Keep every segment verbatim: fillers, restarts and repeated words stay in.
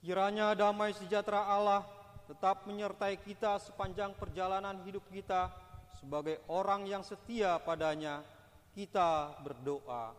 Kiranya damai sejahtera Allah tetap menyertai kita sepanjang perjalanan hidup kita sebagai orang yang setia padanya. Kita berdoa.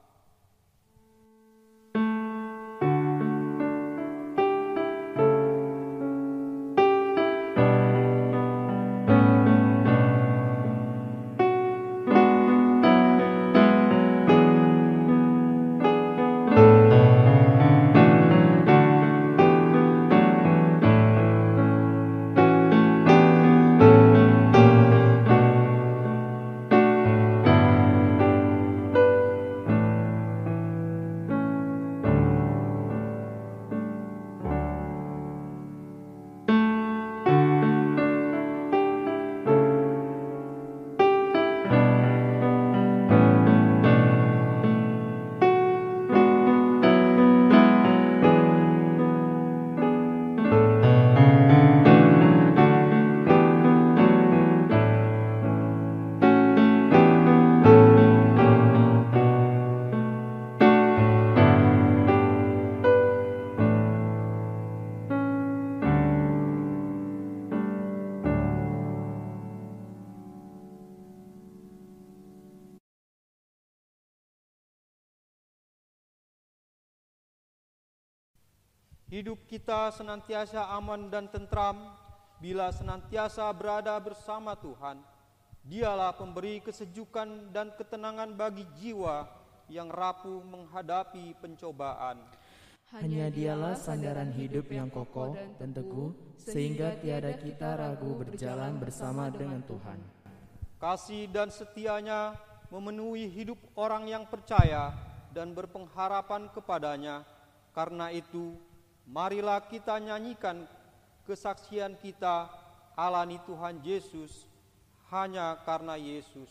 Hidup kita senantiasa aman dan tentram bila senantiasa berada bersama Tuhan. Dialah pemberi kesejukan dan ketenangan bagi jiwa yang rapuh menghadapi pencobaan. Hanya Dialah sandaran hidup yang kokoh dan teguh, sehingga tiada kita ragu berjalan bersama dengan Tuhan. Kasih dan setianya memenuhi hidup orang yang percaya dan berpengharapan kepadanya. Karena itu, marilah kita nyanyikan kesaksian kita alani Tuhan Yesus hanya karena Yesus.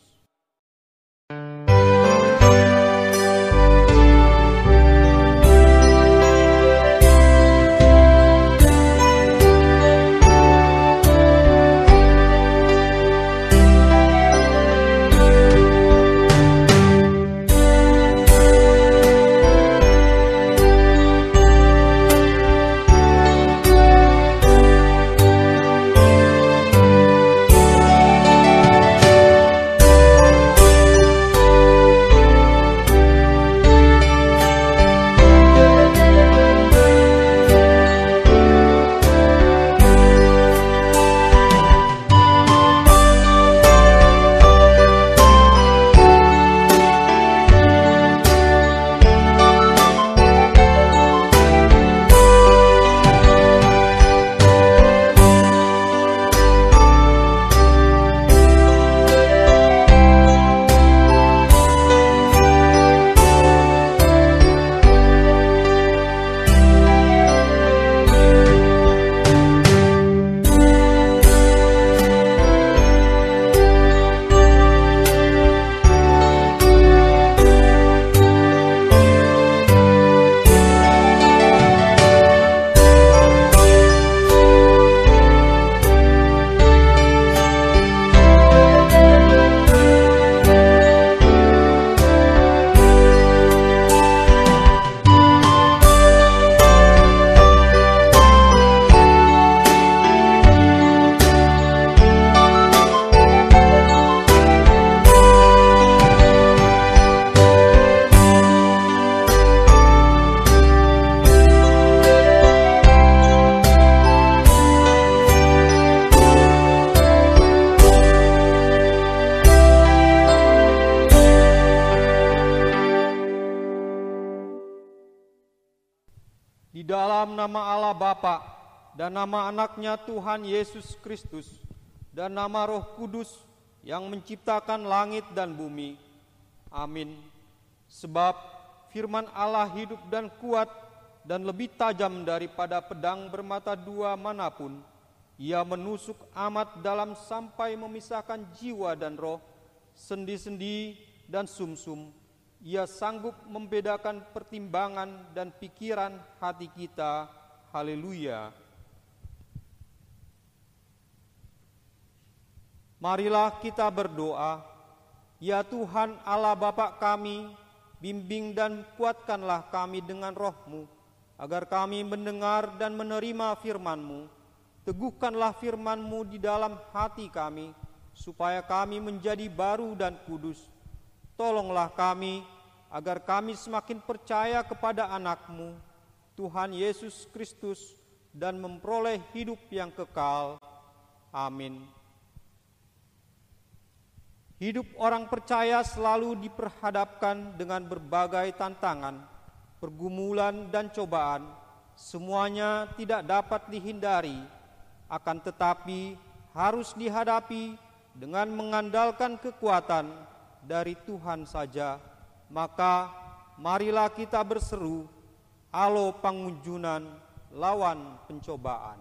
Di dalam nama Allah Bapa dan nama anaknya Tuhan Yesus Kristus dan nama Roh Kudus yang menciptakan langit dan bumi. Amin. Sebab firman Allah hidup dan kuat dan lebih tajam daripada pedang bermata dua manapun. Ia menusuk amat dalam sampai memisahkan jiwa dan roh, sendi-sendi dan sumsum. Ia sanggup membedakan pertimbangan dan pikiran hati kita. Haleluya. Marilah kita berdoa. Ya Tuhan Allah Bapa kami, bimbing dan kuatkanlah kami dengan roh-Mu, agar kami mendengar dan menerima firman-Mu. Teguhkanlah firman-Mu di dalam hati kami, supaya kami menjadi baru dan kudus. Tolonglah kami, agar kami semakin percaya kepada anak-Mu, Tuhan Yesus Kristus, dan memperoleh hidup yang kekal. Amin. Hidup orang percaya selalu diperhadapkan dengan berbagai tantangan, pergumulan dan cobaan. Semuanya tidak dapat dihindari, akan tetapi harus dihadapi dengan mengandalkan kekuatan dari Tuhan saja. Maka marilah kita berseru, alo pangunjunan lawan pencobaan.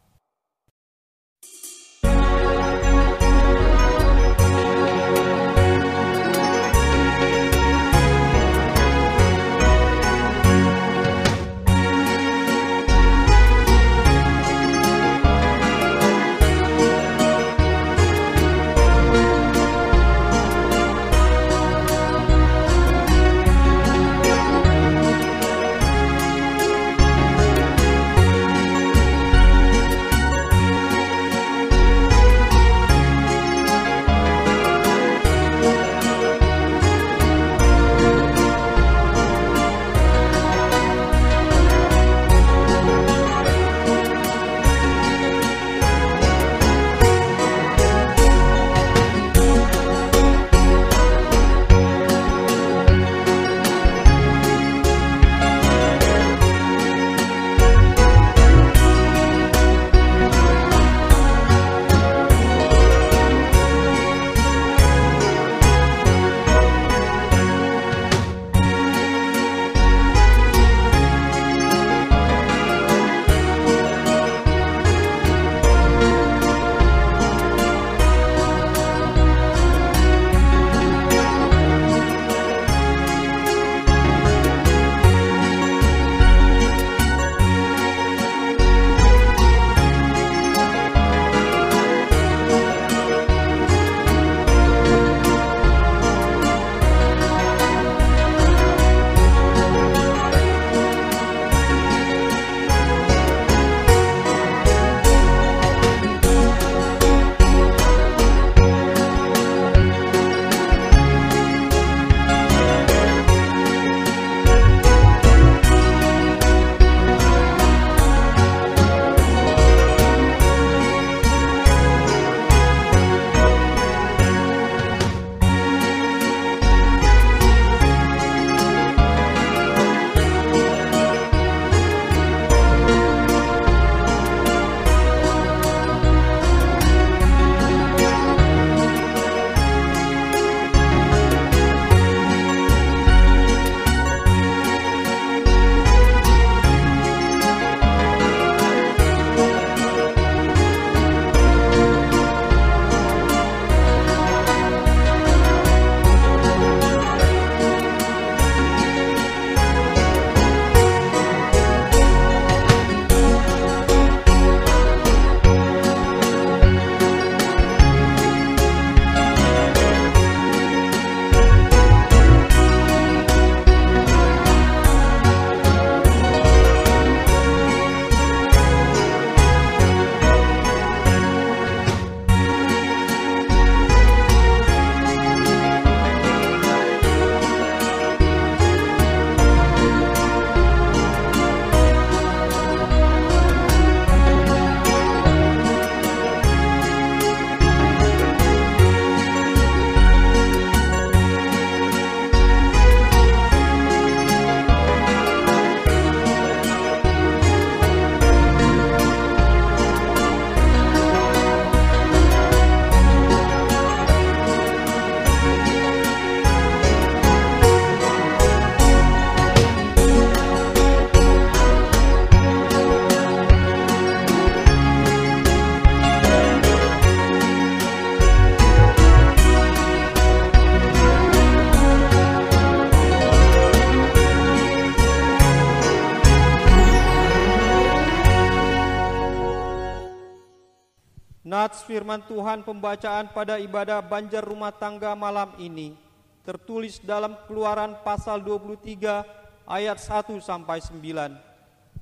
Nats firman Tuhan pembacaan pada ibadah Banjar Rumah Tangga malam ini tertulis dalam Keluaran pasal dua puluh tiga ayat satu sampai sembilan.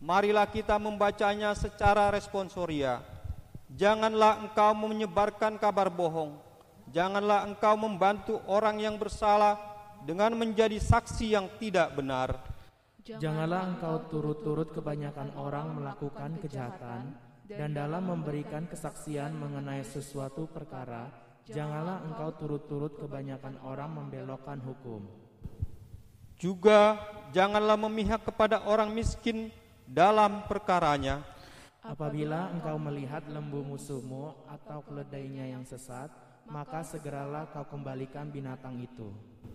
Marilah kita membacanya secara responsoria. Janganlah engkau menyebarkan kabar bohong. Janganlah engkau membantu orang yang bersalah dengan menjadi saksi yang tidak benar. Janganlah engkau turut-turut kebanyakan orang melakukan kejahatan, dan dalam memberikan kesaksian mengenai sesuatu perkara, janganlah engkau turut-turut kebanyakan orang membelokkan hukum. Juga janganlah memihak kepada orang miskin dalam perkaranya. Apabila engkau melihat lembu musuhmu atau keledainya yang sesat, maka segeralah kau kembalikan binatang itu.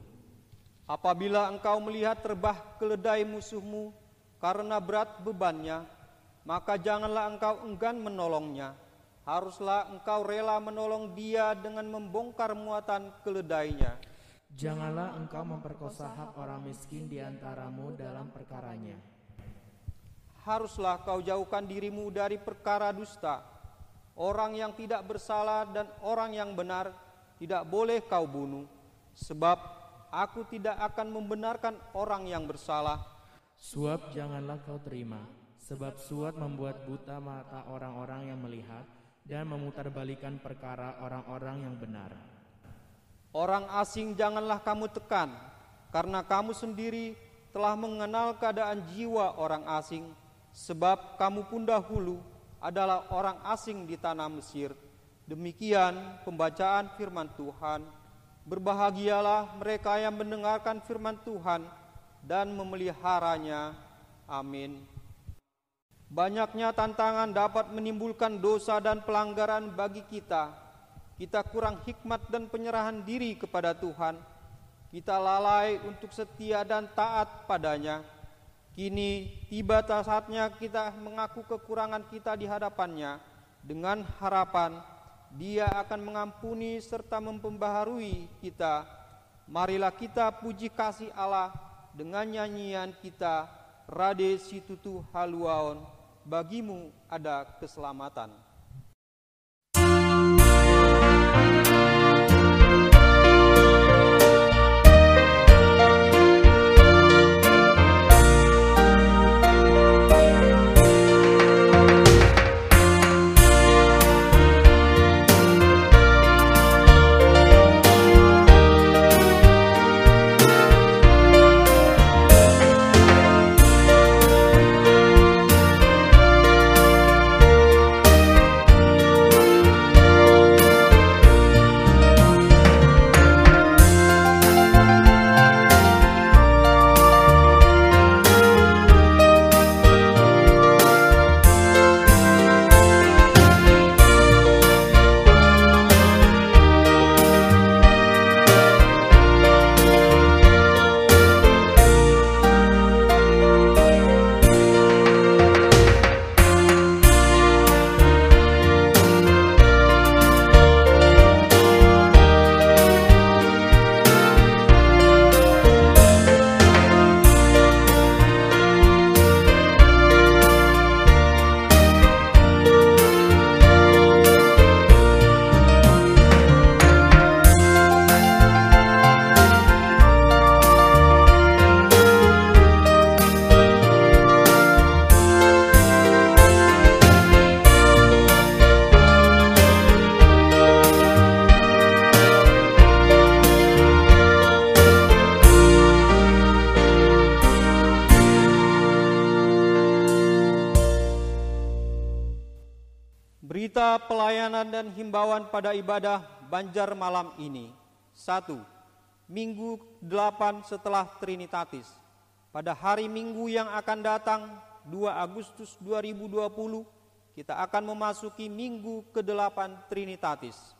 Apabila engkau melihat terbah keledai musuhmu karena berat bebannya, maka janganlah engkau enggan menolongnya. Haruslah engkau rela menolong dia dengan membongkar muatan keledainya. Janganlah engkau memperkosa hak orang miskin di antaramu dalam perkaranya. Haruslah kau jauhkan dirimu dari perkara dusta. Orang yang tidak bersalah dan orang yang benar tidak boleh kau bunuh. Sebab aku tidak akan membenarkan orang yang bersalah. Suap janganlah kau terima, sebab suap membuat buta mata orang-orang yang melihat dan memutarbalikkan perkara orang-orang yang benar. Orang asing janganlah kamu tekan, karena kamu sendiri telah mengenal keadaan jiwa orang asing. Sebab kamu pun dahulu adalah orang asing di tanah Mesir. Demikian pembacaan firman Tuhan. Berbahagialah mereka yang mendengarkan firman Tuhan dan memeliharanya. Amin. Banyaknya tantangan dapat menimbulkan dosa dan pelanggaran bagi kita. Kita kurang hikmat dan penyerahan diri kepada Tuhan. Kita lalai untuk setia dan taat padanya. Kini tiba saatnya kita mengaku kekurangan kita di hadapannya dengan harapan Dia akan mengampuni serta memperbaharui kita. Marilah kita puji kasih Allah dengan nyanyian kita, Rade situtu haluaon, bagimu ada keselamatan. Berita pelayanan dan himbauan pada ibadah Banjar malam ini. Satu. Minggu delapan setelah Trinitatis. Pada hari Minggu yang akan datang, dua Agustus dua ribu dua puluh, kita akan memasuki Minggu kedelapan Trinitatis.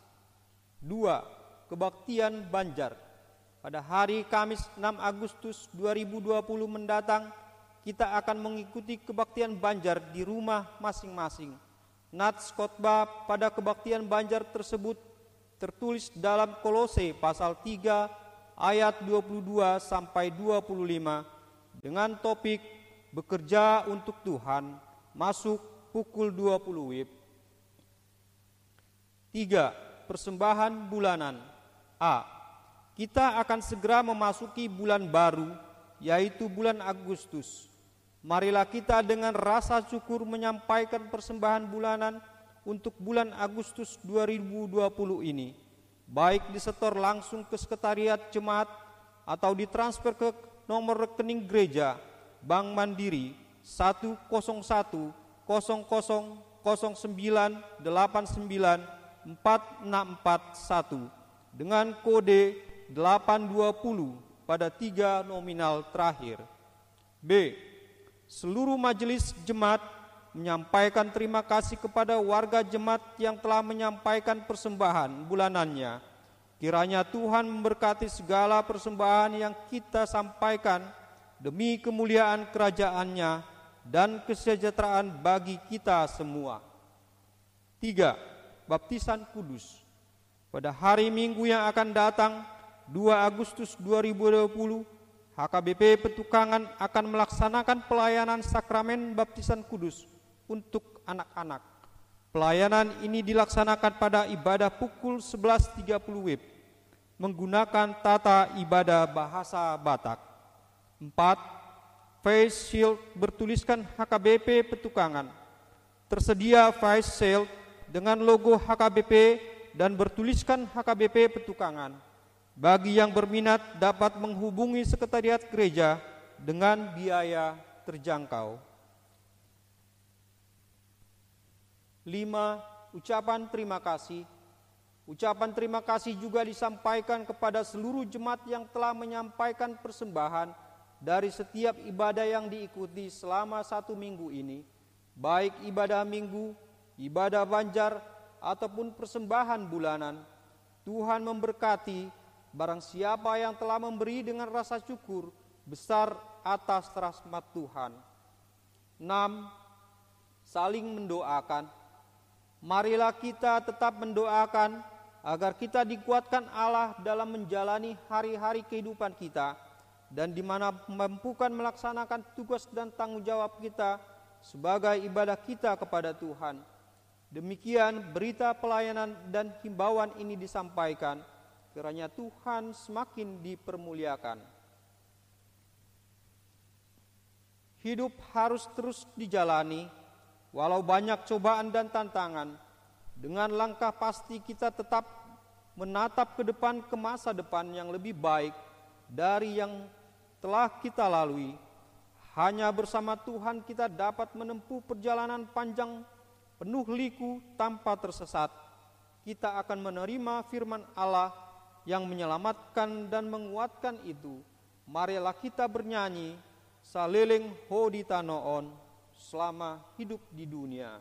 Dua. Kebaktian Banjar. Pada hari Kamis enam Agustus dua ribu dua puluh mendatang, kita akan mengikuti kebaktian Banjar di rumah masing-masing. Nats khotbah pada kebaktian Banjar tersebut tertulis dalam Kolose pasal tiga ayat dua puluh dua sampai dua puluh lima dengan topik bekerja untuk Tuhan, masuk pukul dua puluh W I B. Tiga. Persembahan bulanan. A. Kita akan segera memasuki bulan baru, yaitu bulan Agustus. Marilah kita dengan rasa syukur menyampaikan persembahan bulanan untuk bulan Agustus dua ribu dua puluh ini, baik disetor langsung ke sekretariat jemaat atau ditransfer ke nomor rekening gereja Bank Mandiri satu nol satu nol nol nol sembilan delapan sembilan empat enam empat satu dengan kode delapan dua nol pada tiga nominal terakhir. B. Seluruh majelis jemaat menyampaikan terima kasih kepada warga jemaat yang telah menyampaikan persembahan bulanannya. Kiranya Tuhan memberkati segala persembahan yang kita sampaikan demi kemuliaan kerajaan-Nya dan kesejahteraan bagi kita semua. Tiga. Baptisan kudus. Pada hari Minggu yang akan datang, dua Agustus dua ribu dua puluh, H K B P Petukangan akan melaksanakan pelayanan sakramen baptisan kudus untuk anak-anak. Pelayanan ini dilaksanakan pada ibadah pukul sebelas tiga puluh W I B menggunakan tata ibadah bahasa Batak. Empat. Face shield bertuliskan H K B P Petukangan. Tersedia face shield dengan logo H K B P dan bertuliskan H K B P Petukangan. Bagi yang berminat dapat menghubungi sekretariat gereja dengan biaya terjangkau. Lima. Ucapan terima kasih. Ucapan terima kasih juga disampaikan kepada seluruh jemaat yang telah menyampaikan persembahan dari setiap ibadah yang diikuti selama satu minggu ini, baik ibadah minggu, ibadah banjar, ataupun persembahan bulanan. Tuhan memberkati barang siapa yang telah memberi dengan rasa syukur besar atas rahmat Tuhan. Enam. Saling mendoakan. Marilah kita tetap mendoakan agar kita dikuatkan Allah dalam menjalani hari-hari kehidupan kita dan di mana memampukan melaksanakan tugas dan tanggung jawab kita sebagai ibadah kita kepada Tuhan. Demikian berita pelayanan dan himbauan ini disampaikan. Kiranya Tuhan semakin dipermuliakan. Hidup harus terus dijalani, walau banyak cobaan dan tantangan. Dengan langkah pasti kita tetap menatap ke depan ke masa depan yang lebih baik dari yang telah kita lalui. Hanya bersama Tuhan kita dapat menempuh perjalanan panjang penuh liku tanpa tersesat. Kita akan menerima firman Allah yang menyelamatkan dan menguatkan itu. Marilah kita bernyanyi Saleleng Hodita Noon selama hidup di dunia.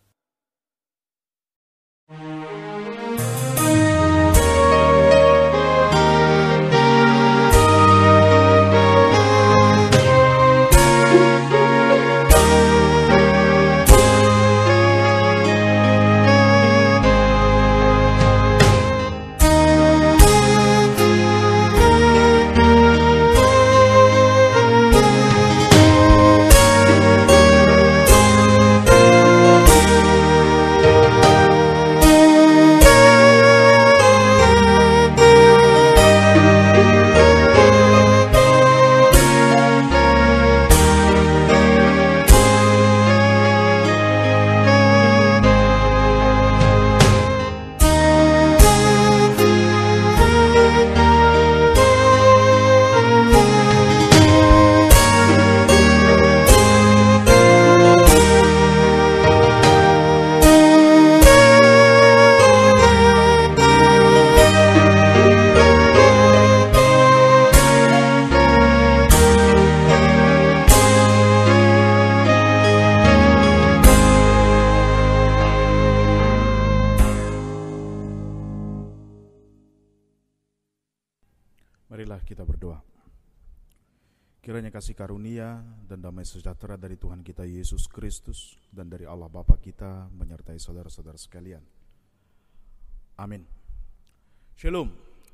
Marilah kita berdoa. Kiranya kasih karunia dan damai sejahtera dari Tuhan kita Yesus Kristus dan dari Allah Bapa kita menyertai saudara-saudara sekalian. Amin. Shalom.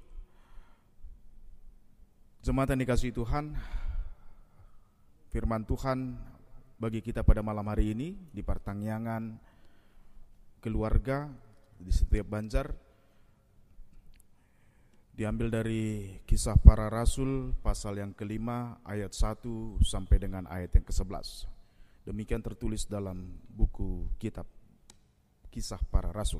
Jemaat yang dikasihi Tuhan, firman Tuhan bagi kita pada malam hari ini di pertangyangan keluarga di setiap Banjar Diambil dari Kisah Para Rasul pasal yang kelima ayat satu sampai dengan ayat yang kesebelas. Demikian tertulis dalam buku kitab Kisah Para Rasul.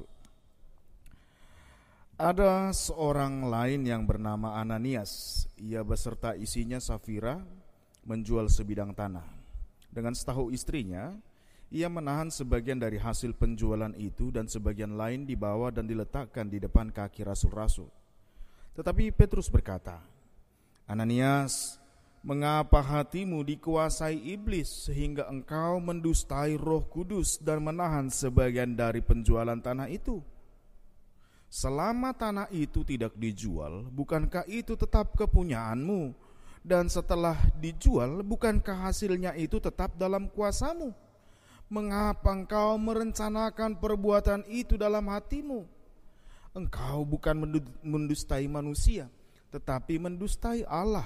Ada seorang lain yang bernama Ananias. Ia beserta isinya Safira menjual sebidang tanah. Dengan setahu istrinya, ia menahan sebagian dari hasil penjualan itu dan sebagian lain dibawa dan diletakkan di depan kaki rasul-rasul. Tetapi Petrus berkata, Ananias, mengapa hatimu dikuasai iblis sehingga engkau mendustai Roh Kudus dan menahan sebagian dari penjualan tanah itu? Selama tanah itu tidak dijual, bukankah itu tetap kepunyaanmu? Dan setelah dijual, bukankah hasilnya itu tetap dalam kuasamu? Mengapa engkau merencanakan perbuatan itu dalam hatimu? Engkau bukan mendustai manusia, tetapi mendustai Allah.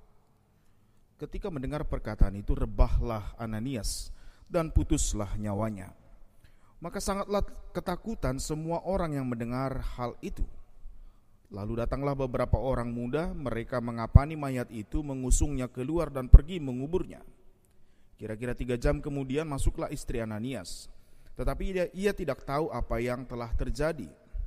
Ketika mendengar perkataan itu, rebahlah Ananias dan putuslah nyawanya. Maka sangatlah ketakutan semua orang yang mendengar hal itu. Lalu datanglah beberapa orang muda, mereka mengapani mayat itu, mengusungnya keluar dan pergi menguburnya. Kira-kira tiga jam kemudian masuklah istri Ananias, tetapi ia, ia tidak tahu apa yang telah terjadi.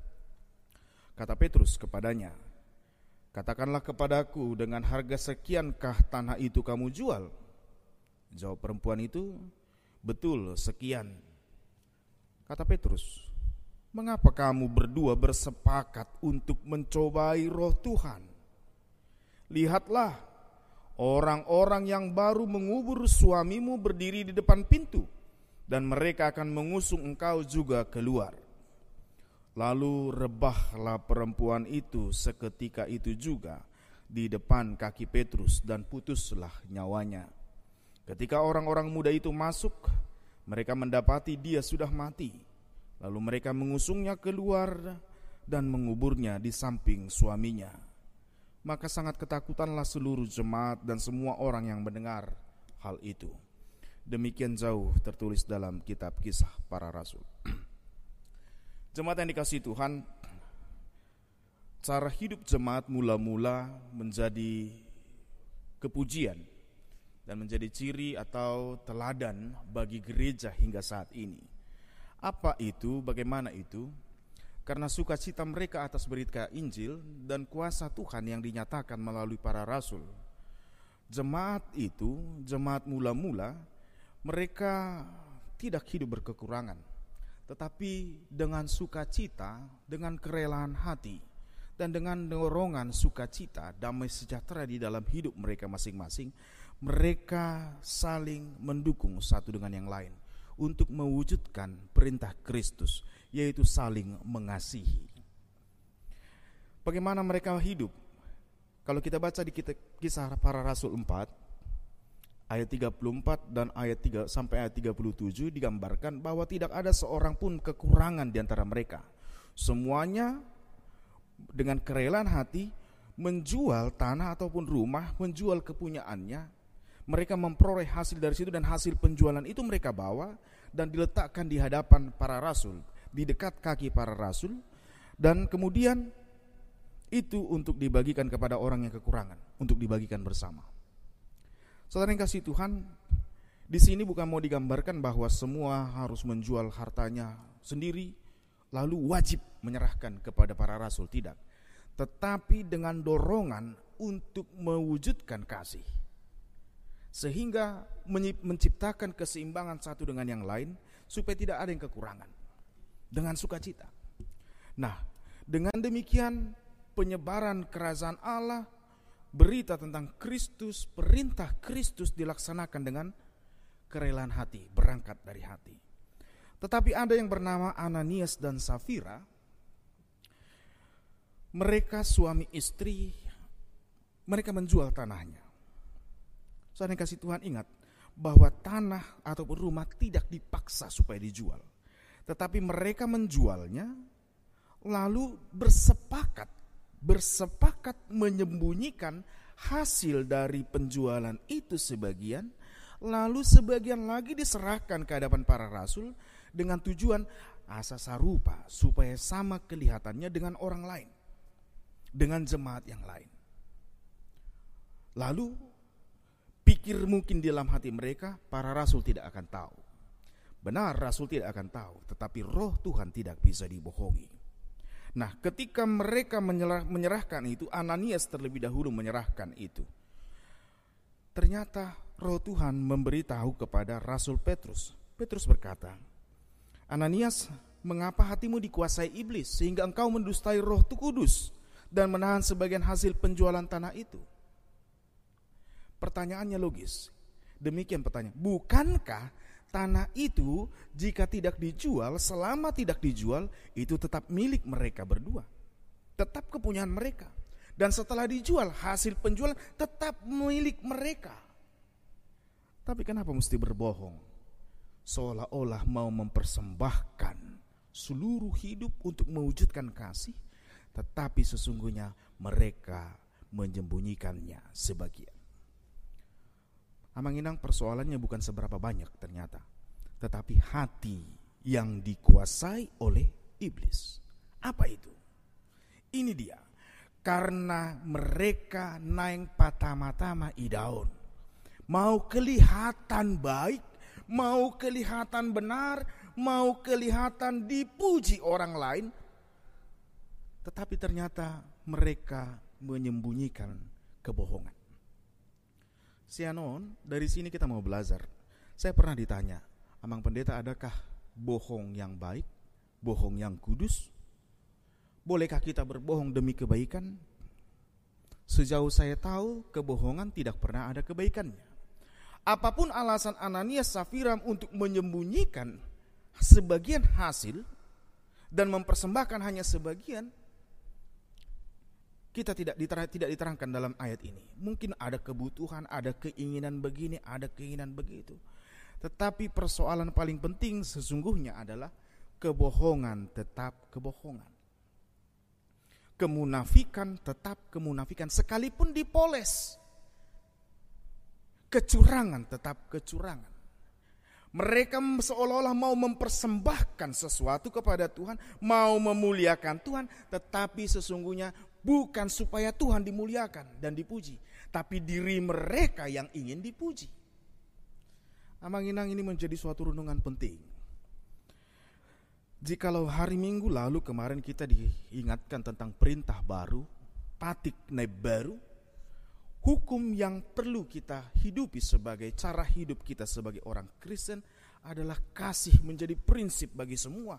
Kata Petrus kepadanya, katakanlah kepadaku, dengan harga sekiankah tanah itu kamu jual? Jawab perempuan itu, betul sekian. Kata Petrus, mengapa kamu berdua bersepakat untuk mencobai Roh Tuhan? Lihatlah, orang-orang yang baru mengubur suamimu berdiri di depan pintu, dan mereka akan mengusung engkau juga keluar. Lalu rebahlah perempuan itu seketika itu juga di depan kaki Petrus dan putuslah nyawanya. Ketika orang-orang muda itu masuk, mereka mendapati dia sudah mati. Lalu mereka mengusungnya keluar dan menguburnya di samping suaminya. Maka sangat ketakutanlah seluruh jemaat dan semua orang yang mendengar hal itu. Demikian jauh tertulis dalam kitab Kisah Para Rasul. Jemaat yang dikasihi Tuhan, cara hidup jemaat mula-mula menjadi kepujian dan menjadi ciri atau teladan bagi gereja hingga saat ini. Apa itu? Bagaimana itu? Karena sukacita mereka atas berita Injil dan kuasa Tuhan yang dinyatakan melalui para rasul. Jemaat itu, jemaat mula-mula, mereka tidak hidup berkekurangan, tetapi dengan sukacita, dengan kerelaan hati, dan dengan dorongan sukacita, damai sejahtera di dalam hidup mereka masing-masing, mereka saling mendukung satu dengan yang lain untuk mewujudkan perintah Kristus, yaitu saling mengasihi. Bagaimana mereka hidup? Kalau kita baca di Kisah Para Rasul empat, ayat tiga puluh empat dan ayat tiga sampai ayat tiga puluh tujuh digambarkan bahwa tidak ada seorang pun kekurangan di antara mereka. Semuanya dengan kerelaan hati menjual tanah ataupun rumah, menjual kepunyaannya. Mereka memperoleh hasil dari situ dan hasil penjualan itu mereka bawa dan diletakkan di hadapan para rasul, di dekat kaki para rasul, dan kemudian itu untuk dibagikan kepada orang yang kekurangan, untuk dibagikan bersama. Saudara yang kasih Tuhan, di sini bukan mau digambarkan bahwa semua harus menjual hartanya sendiri lalu wajib menyerahkan kepada para rasul, tidak. Tetapi dengan dorongan untuk mewujudkan kasih, sehingga menciptakan keseimbangan satu dengan yang lain supaya tidak ada yang kekurangan, dengan sukacita. Nah, dengan demikian penyebaran kerajaan Allah, berita tentang Kristus, perintah Kristus dilaksanakan dengan kerelaan hati, berangkat dari hati. Tetapi ada yang bernama Ananias dan Safira. Mereka suami istri, mereka menjual tanahnya. Saudara yang kasih Tuhan, ingat bahwa tanah ataupun rumah tidak dipaksa supaya dijual, tetapi mereka menjualnya lalu bersepakat bersepakat menyembunyikan hasil dari penjualan itu sebagian, lalu sebagian lagi diserahkan ke hadapan para rasul dengan tujuan asa sarupa supaya sama kelihatannya dengan orang lain. dengan jemaat yang lain. Lalu pikir mungkin di dalam hati mereka, para rasul tidak akan tahu. Benar, rasul tidak akan tahu, tetapi roh Tuhan tidak bisa dibohongi. Nah, ketika mereka menyerah, menyerahkan itu, Ananias terlebih dahulu menyerahkan itu. Ternyata roh Tuhan memberitahu kepada Rasul Petrus. Petrus berkata, Ananias, mengapa hatimu dikuasai iblis sehingga engkau mendustai Roh Kudus dan menahan sebagian hasil penjualan tanah itu? Pertanyaannya logis. Demikian pertanyaan, bukankah tanah itu jika tidak dijual, selama tidak dijual, itu tetap milik mereka berdua, tetap kepunyaan mereka. Dan setelah dijual, hasil penjualan tetap milik mereka. Tapi kenapa mesti berbohong? Seolah-olah mau mempersembahkan seluruh hidup untuk mewujudkan kasih, tetapi sesungguhnya mereka menyembunyikannya sebagian. Amang Inang, persoalannya bukan seberapa banyak ternyata, tetapi hati yang dikuasai oleh iblis. Apa itu? Ini dia. Karena mereka naik patama-tama idaun, mau kelihatan baik, mau kelihatan benar, mau kelihatan dipuji orang lain, tetapi ternyata mereka menyembunyikan kebohongan. Sianon, dari sini kita mau belajar. Saya pernah ditanya, Amang Pendeta, adakah bohong yang baik, bohong yang kudus? Bolehkah kita berbohong demi kebaikan? Sejauh saya tahu, kebohongan tidak pernah ada kebaikannya. Apapun alasan Ananias Safira untuk menyembunyikan sebagian hasil dan mempersembahkan hanya sebagian, kita tidak diterang, tidak diterangkan dalam ayat ini. Mungkin ada kebutuhan, ada keinginan begini, ada keinginan begitu. Tetapi persoalan paling penting sesungguhnya adalah kebohongan tetap kebohongan. Kemunafikan tetap kemunafikan, sekalipun dipoles. Kecurangan tetap kecurangan. Mereka seolah-olah mau mempersembahkan sesuatu kepada Tuhan, mau memuliakan Tuhan, tetapi sesungguhnya bukan supaya Tuhan dimuliakan dan dipuji, tapi diri mereka yang ingin dipuji. Amang Inang, ini menjadi suatu renungan penting. Jikalau hari Minggu lalu kemarin kita diingatkan tentang perintah baru, patik naib baru, hukum yang perlu kita hidupi sebagai cara hidup kita sebagai orang Kristen adalah kasih menjadi prinsip bagi semua.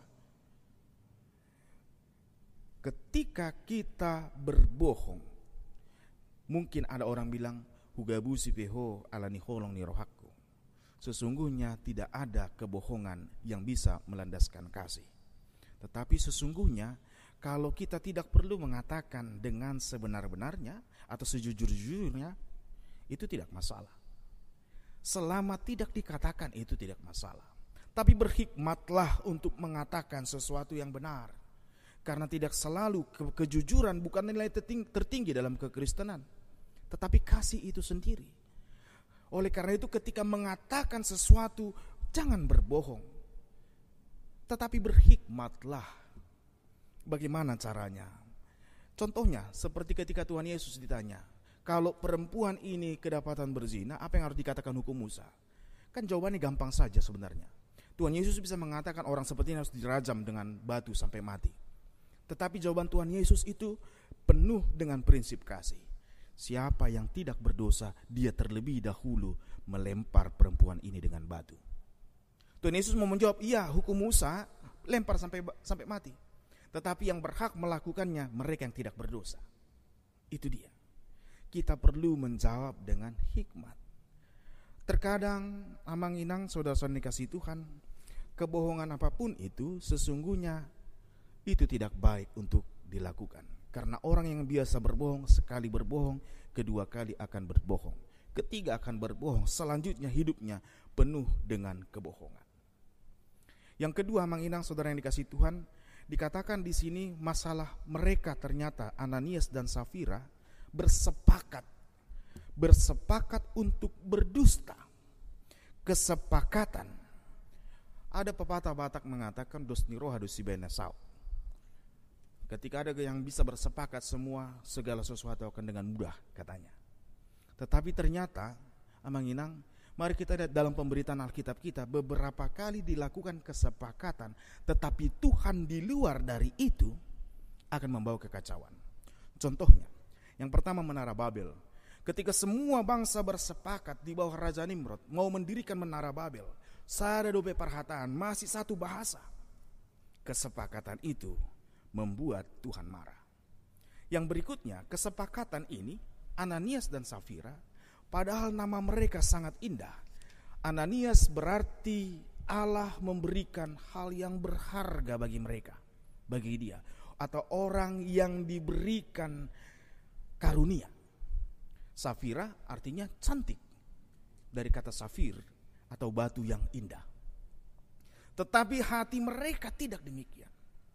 Ketika kita berbohong, mungkin ada orang bilang, hugabusi peho alani holong ni rohaku. Sesungguhnya tidak ada kebohongan yang bisa melandaskan kasih. Tetapi sesungguhnya kalau kita tidak perlu mengatakan dengan sebenar-benarnya atau sejujur-jujurnya, itu tidak masalah. Selama tidak dikatakan, itu tidak masalah. Tapi berhikmatlah untuk mengatakan sesuatu yang benar. Karena tidak selalu ke- kejujuran bukan nilai tertinggi, tertinggi dalam kekristenan, tetapi kasih itu sendiri. Oleh karena itu ketika mengatakan sesuatu, jangan berbohong, tetapi berhikmatlah. Bagaimana caranya? Contohnya seperti ketika Tuhan Yesus ditanya, kalau perempuan ini kedapatan berzina, apa yang harus dikatakan hukum Musa? Kan jawabannya gampang saja sebenarnya. Tuhan Yesus bisa mengatakan orang seperti ini harus dirajam dengan batu sampai mati. Tetapi jawaban Tuhan Yesus itu penuh dengan prinsip kasih. Siapa yang tidak berdosa, dia terlebih dahulu melempar perempuan ini dengan batu. Tuhan Yesus mau menjawab, iya hukum Musa lempar sampai sampai mati. Tetapi yang berhak melakukannya mereka yang tidak berdosa. Itu dia. Kita perlu menjawab dengan hikmat. Terkadang Amang Inang, saudara-saudara dikasihi Tuhan, kebohongan apapun itu sesungguhnya itu tidak baik untuk dilakukan. Karena orang yang biasa berbohong, sekali berbohong, kedua kali akan berbohong, ketiga akan berbohong, selanjutnya hidupnya penuh dengan kebohongan. Yang kedua, Amang Inang, saudara yang dikasihi Tuhan, dikatakan di sini masalah mereka ternyata Ananias dan Safira bersepakat, bersepakat untuk berdusta. Kesepakatan. Ada pepatah Batak mengatakan dos ni roha dos si benesau. Ketika ada yang bisa bersepakat semua, segala sesuatu akan dengan mudah katanya. Tetapi ternyata, Amang Inang, mari kita lihat dalam pemberitaan Alkitab kita, beberapa kali dilakukan kesepakatan, tetapi Tuhan di luar dari itu akan membawa kekacauan. Contohnya, yang pertama Menara Babel. Ketika semua bangsa bersepakat di bawah Raja Nimrod mau mendirikan Menara Babel, sada dobe perhataan, masih satu bahasa. Kesepakatan itu membuat Tuhan marah. Yang berikutnya, kesepakatan ini Ananias dan Safira, padahal nama mereka sangat indah. Ananias berarti Allah memberikan hal yang berharga bagi mereka, bagi dia, atau orang yang diberikan karunia. Safira artinya cantik, dari kata safir atau batu yang indah. Tetapi hati mereka tidak demikian.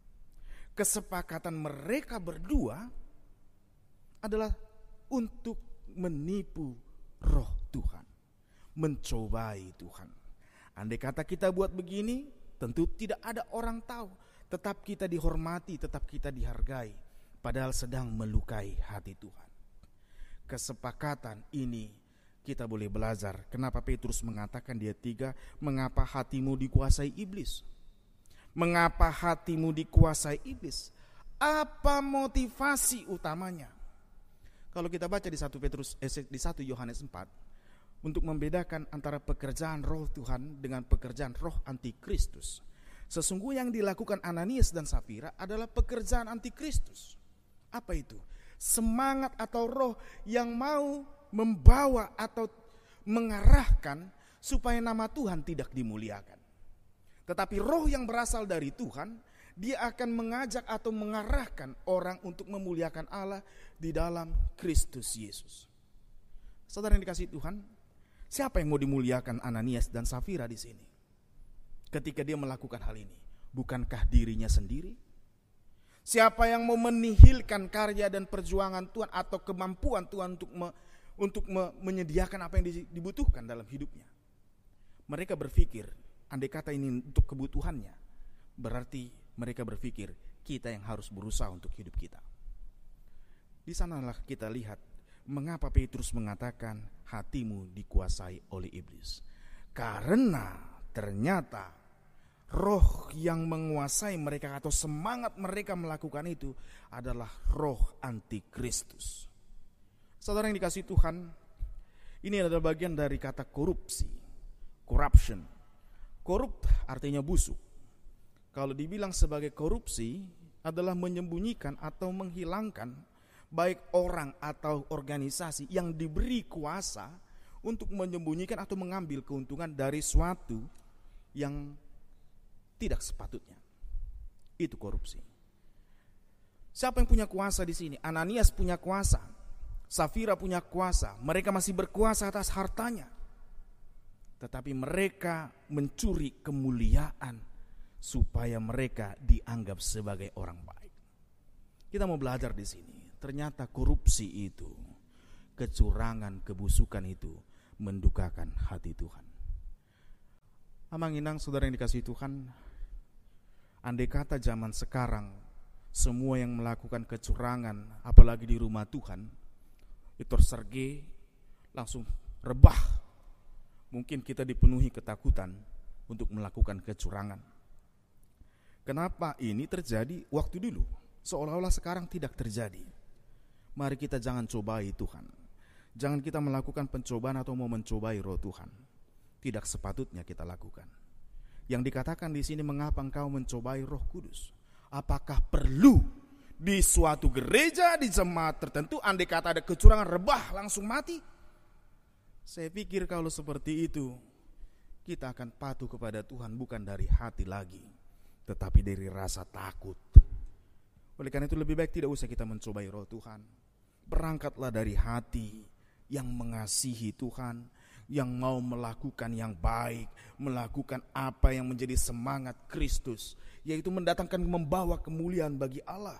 Kesepakatan mereka berdua adalah untuk menipu roh Tuhan, mencobai Tuhan. Andai kata kita buat begini, tentu tidak ada orang tahu, tetap kita dihormati, tetap kita dihargai, padahal sedang melukai hati Tuhan. Kesepakatan ini kita boleh belajar. Kenapa Petrus mengatakan dia tiga, mengapa hatimu dikuasai iblis? Mengapa hatimu dikuasai iblis? Apa motivasi utamanya? Kalau kita baca di satu Petrus eh, di satu Yohanes empat, untuk membedakan antara pekerjaan roh Tuhan dengan pekerjaan roh antikristus. Sesungguhnya yang dilakukan Ananias dan Safira adalah pekerjaan antikristus. Apa itu? Semangat atau roh yang mau membawa atau mengarahkan supaya nama Tuhan tidak dimuliakan. Tetapi roh yang berasal dari Tuhan, dia akan mengajak atau mengarahkan orang untuk memuliakan Allah di dalam Kristus Yesus. Saudara yang dikasihi Tuhan, siapa yang mau dimuliakan Ananias dan Safira di sini? Ketika dia melakukan hal ini, bukankah dirinya sendiri? Siapa yang mau menihilkan karya dan perjuangan Tuhan atau kemampuan Tuhan untuk me, untuk me, menyediakan apa yang dibutuhkan dalam hidupnya? Mereka berpikir, andai kata ini untuk kebutuhannya, berarti mereka berpikir kita yang harus berusaha untuk hidup kita. Di sanalah kita lihat mengapa Petrus mengatakan hatimu dikuasai oleh iblis. Karena ternyata roh yang menguasai mereka atau semangat mereka melakukan itu adalah roh antikristus. Saudara yang dikasihi Tuhan, ini adalah bagian dari kata korupsi, corruption. Korup artinya busuk. Kalau dibilang sebagai korupsi adalah menyembunyikan atau menghilangkan baik orang atau organisasi yang diberi kuasa untuk menyembunyikan atau mengambil keuntungan dari suatu yang tidak sepatutnya. Itu korupsi. Siapa yang punya kuasa di sini? Ananias punya kuasa, Safira punya kuasa. Mereka masih berkuasa atas hartanya. Tetapi mereka mencuri kemuliaan supaya mereka dianggap sebagai orang baik. Kita mau belajar di sini. Ternyata korupsi itu, kecurangan, kebusukan itu mendukakan hati Tuhan. Amang Inang, saudara yang dikasihi Tuhan, andai kata zaman sekarang semua yang melakukan kecurangan, apalagi di rumah Tuhan, itu serge langsung rebah. Mungkin kita dipenuhi ketakutan untuk melakukan kecurangan. Kenapa ini terjadi waktu dulu? Seolah-olah sekarang tidak terjadi. Mari kita jangan cobai Tuhan. Jangan kita melakukan pencobaan atau mau mencobai roh Tuhan. Tidak sepatutnya kita lakukan. Yang dikatakan di sini, mengapa engkau mencobai Roh Kudus? Apakah perlu di suatu gereja, di jemaat tertentu, andai kata ada kecurangan, rebah langsung mati? Saya pikir kalau seperti itu, kita akan patuh kepada Tuhan bukan dari hati lagi, tetapi dari rasa takut. Oleh karena itu lebih baik tidak usah kita mencobai roh Tuhan. Berangkatlah dari hati yang mengasihi Tuhan, yang mau melakukan yang baik, melakukan apa yang menjadi semangat Kristus, yaitu mendatangkan, membawa kemuliaan bagi Allah.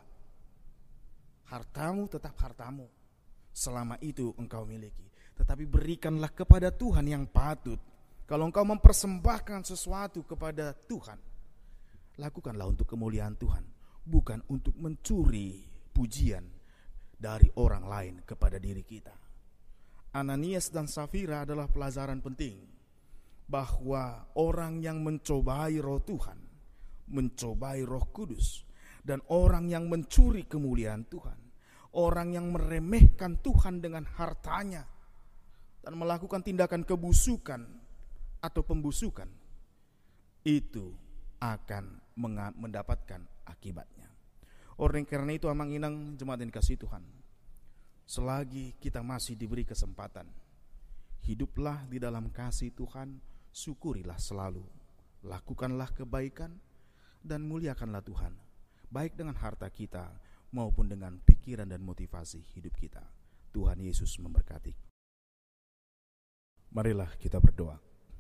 Hartamu tetap hartamu, selama itu engkau miliki. Tetapi berikanlah kepada Tuhan yang patut. Kalau engkau mempersembahkan sesuatu kepada Tuhan, lakukanlah untuk kemuliaan Tuhan, bukan untuk mencuri pujian dari orang lain kepada diri kita. Ananias dan Safira adalah pelajaran penting bahwa orang yang mencobai Roh Tuhan, mencobai Roh Kudus, dan orang yang mencuri kemuliaan Tuhan, orang yang meremehkan Tuhan dengan hartanya dan melakukan tindakan kebusukan atau pembusukan, itu akan mendapatkan akibatnya. Oleh karena itu, amang inang jemaat yang kasih Tuhan, selagi kita masih diberi kesempatan, hiduplah di dalam kasih Tuhan, syukurilah selalu, lakukanlah kebaikan, dan muliakanlah Tuhan, baik dengan harta kita maupun dengan pikiran dan motivasi hidup kita. Tuhan Yesus memberkati. Marilah kita berdoa.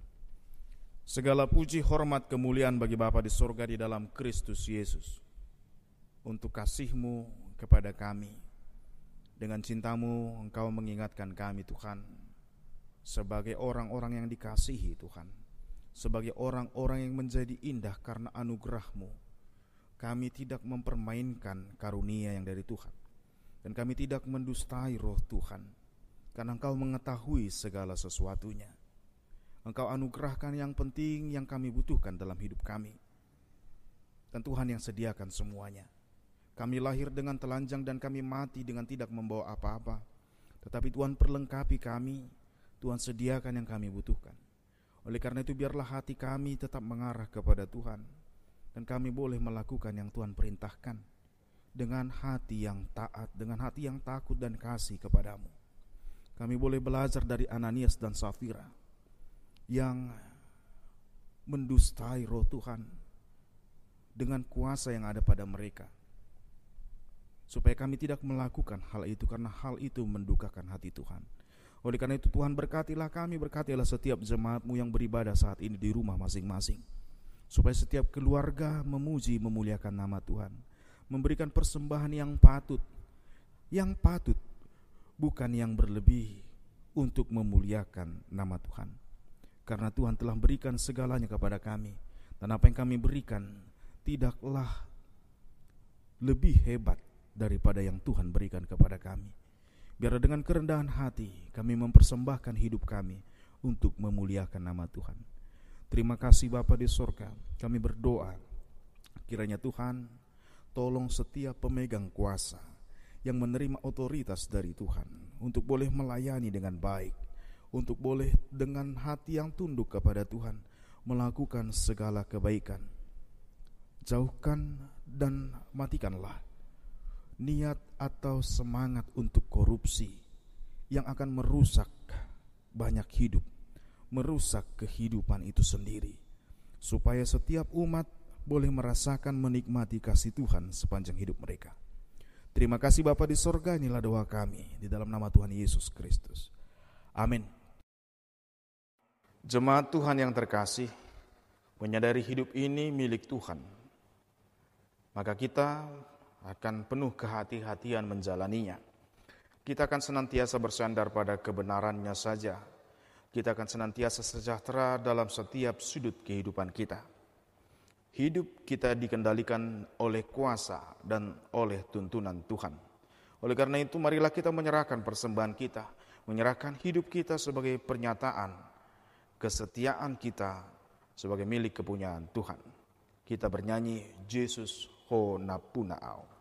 Segala puji, hormat, kemuliaan bagi Bapa di surga di dalam Kristus Yesus, untuk kasih-Mu kepada kami. Dengan cinta-Mu Engkau mengingatkan kami Tuhan, sebagai orang-orang yang dikasihi Tuhan, sebagai orang-orang yang menjadi indah karena anugerah-Mu. Kami tidak mempermainkan karunia yang dari Tuhan, dan kami tidak mendustai Roh Tuhan, karena Engkau mengetahui segala sesuatunya. Engkau anugerahkan yang penting yang kami butuhkan dalam hidup kami, dan Tuhan yang sediakan semuanya. Kami lahir dengan telanjang dan kami mati dengan tidak membawa apa-apa, tetapi Tuhan perlengkapi kami, Tuhan sediakan yang kami butuhkan. Oleh karena itu, biarlah hati kami tetap mengarah kepada Tuhan, dan kami boleh melakukan yang Tuhan perintahkan dengan hati yang taat, dengan hati yang takut dan kasih kepadamu. Kami boleh belajar dari Ananias dan Safira yang mendustai Roh Tuhan dengan kuasa yang ada pada mereka, supaya kami tidak melakukan hal itu, karena hal itu mendukakan hati Tuhan. Oleh karena itu, Tuhan berkatilah kami, berkatilah setiap jemaat-Mu yang beribadah saat ini di rumah masing-masing, supaya setiap keluarga memuji memuliakan nama Tuhan, memberikan persembahan yang patut, yang patut, bukan yang berlebih, untuk memuliakan nama Tuhan. Karena Tuhan telah berikan segalanya kepada kami, dan apa yang kami berikan tidaklah lebih hebat daripada yang Tuhan berikan kepada kami. Biar dengan kerendahan hati kami mempersembahkan hidup kami untuk memuliakan nama Tuhan. Terima kasih Bapa di surga. Kami berdoa, kiranya Tuhan tolong setiap pemegang kuasa yang menerima otoritas dari Tuhan untuk boleh melayani dengan baik, untuk boleh dengan hati yang tunduk kepada Tuhan melakukan segala kebaikan. Jauhkan dan matikanlah niat atau semangat untuk korupsi yang akan merusak banyak hidup, merusak kehidupan itu sendiri, supaya setiap umat boleh merasakan menikmati kasih Tuhan sepanjang hidup mereka. Terima kasih Bapa di sorga, inilah doa kami di dalam nama Tuhan Yesus Kristus. Amin. Jemaat Tuhan yang terkasih, menyadari hidup ini milik Tuhan, maka kita akan penuh kehati-hatian menjalaninya. Kita akan senantiasa bersandar pada kebenarannya saja. Kita akan senantiasa sejahtera dalam setiap sudut kehidupan kita. Hidup kita dikendalikan oleh kuasa dan oleh tuntunan Tuhan. Oleh karena itu, marilah kita menyerahkan persembahan kita, menyerahkan hidup kita sebagai pernyataan kesetiaan kita sebagai milik kepunyaan Tuhan. Kita bernyanyi Yesus Ho Napunao.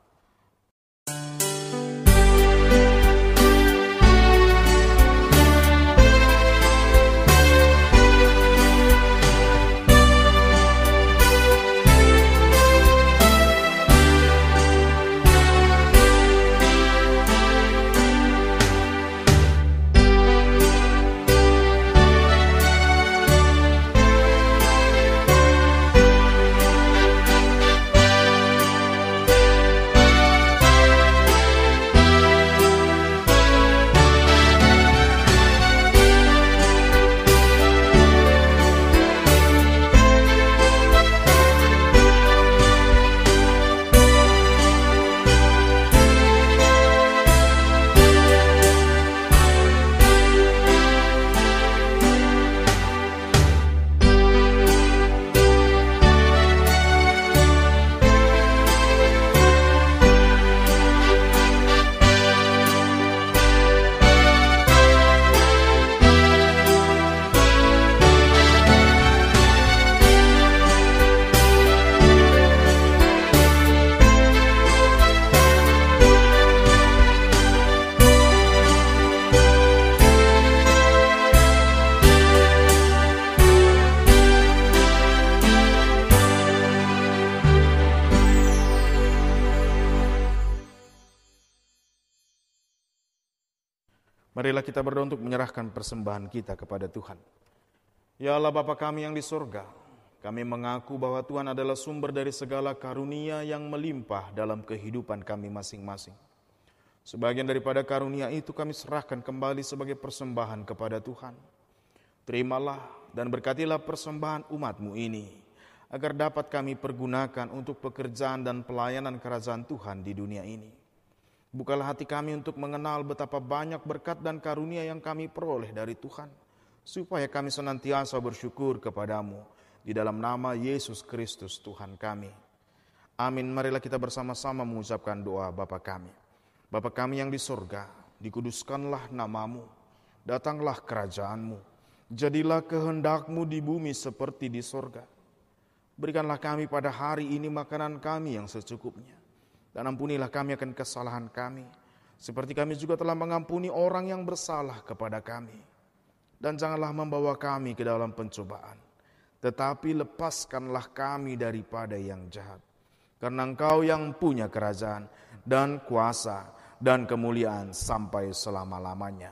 Marilah kita berdoa untuk menyerahkan persembahan kita kepada Tuhan. Ya Allah Bapa kami yang di surga, kami mengaku bahwa Tuhan adalah sumber dari segala karunia yang melimpah dalam kehidupan kami masing-masing. Sebagian daripada karunia itu kami serahkan kembali sebagai persembahan kepada Tuhan. Terimalah dan berkatilah persembahan umat-Mu ini, agar dapat kami pergunakan untuk pekerjaan dan pelayanan kerajaan Tuhan di dunia ini. Bukalah hati kami untuk mengenal betapa banyak berkat dan karunia yang kami peroleh dari Tuhan, supaya kami senantiasa bersyukur kepadamu, di dalam nama Yesus Kristus Tuhan kami. Amin. Marilah kita bersama-sama mengucapkan doa Bapa kami. Bapa kami yang di surga, dikuduskanlah namamu, datanglah kerajaanmu, jadilah kehendak-Mu di bumi seperti di surga. Berikanlah kami pada hari ini makanan kami yang secukupnya, dan ampunilah kami akan kesalahan kami, seperti kami juga telah mengampuni orang yang bersalah kepada kami. Dan janganlah membawa kami ke dalam pencobaan, tetapi lepaskanlah kami daripada yang jahat. Karena Engkau yang punya kerajaan dan kuasa dan kemuliaan sampai selama-lamanya.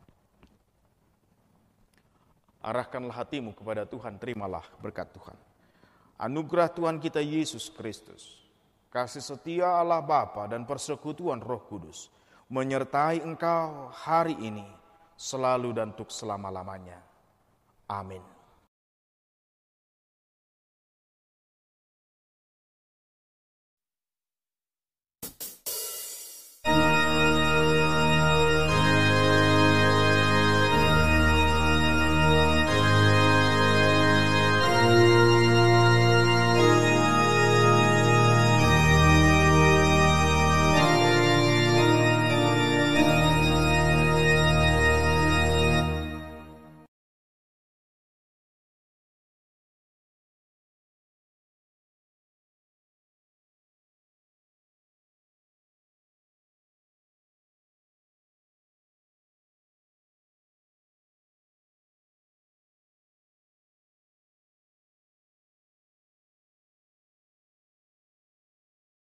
Arahkanlah hatimu kepada Tuhan, terimalah berkat Tuhan. Anugerah Tuhan kita Yesus Kristus, kasih setia Allah Bapa dan persekutuan Roh Kudus menyertai engkau hari ini, selalu dan untuk selama-lamanya. Amin.